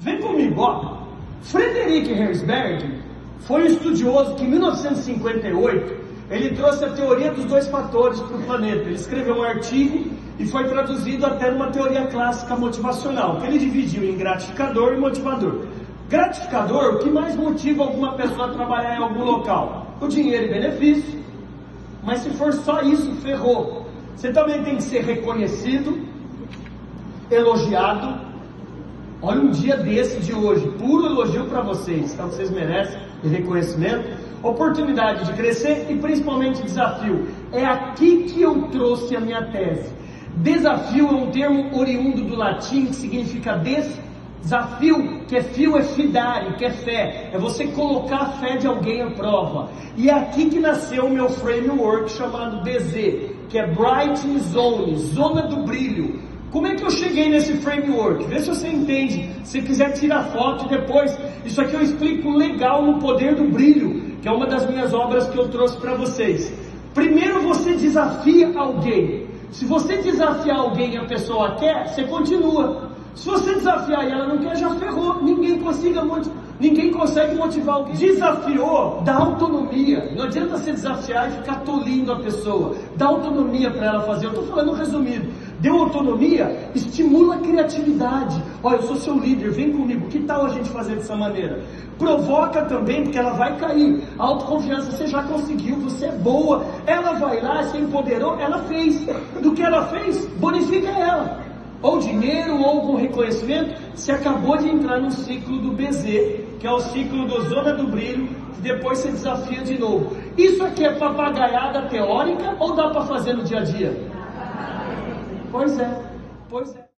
Vem comigo, ó. Frederick Herzberg foi um estudioso que em 1958 ele trouxe a teoria dos dois fatores para o planeta. Ele escreveu um artigo e foi traduzido até numa teoria clássica motivacional, que ele dividiu em gratificador e motivador. Gratificador, o que mais motiva alguma pessoa a trabalhar em algum local? O dinheiro e benefício. Mas se for só isso, ferrou. Você também tem que ser reconhecido, elogiado. Olha um dia desse de hoje, puro elogio para vocês, então vocês merecem reconhecimento, oportunidade de crescer e principalmente desafio. É aqui que eu trouxe a minha tese. Desafio é um termo oriundo do latim que significa desafio, que é fio, é fidare, que é fé, é você colocar a fé de alguém à prova. E é aqui que nasceu o meu framework chamado BZ, que é Bright Zone, zona do brilho. Como é que eu cheguei nesse framework? Vê se você entende. Se quiser tirar foto depois, isso aqui eu explico legal no Poder do Brilho, que é uma das minhas obras que eu trouxe para vocês. Primeiro você desafia alguém. Se você desafiar alguém e a pessoa quer, você continua. Se você desafiar e ela não quer, já ferrou. Ninguém consegue motivar alguém. Desafiou, dá autonomia. Não adianta você desafiar e ficar tolindo a pessoa. Dá autonomia para ela fazer. Eu estou falando resumido. Deu autonomia, estimula a criatividade. Olha, eu sou seu líder, vem comigo. Que tal a gente fazer dessa maneira? Provoca também, porque ela vai cair. A autoconfiança, você já conseguiu, você é boa. Ela vai lá, se empoderou, ela fez. Do que ela fez, bonifica ela. Ou dinheiro, ou com reconhecimento. Você acabou de entrar no ciclo do BZ, que é o ciclo do Zona do Brilho, que depois você desafia de novo. Isso aqui é papagaiada teórica ou dá para fazer no dia a dia? Pois é.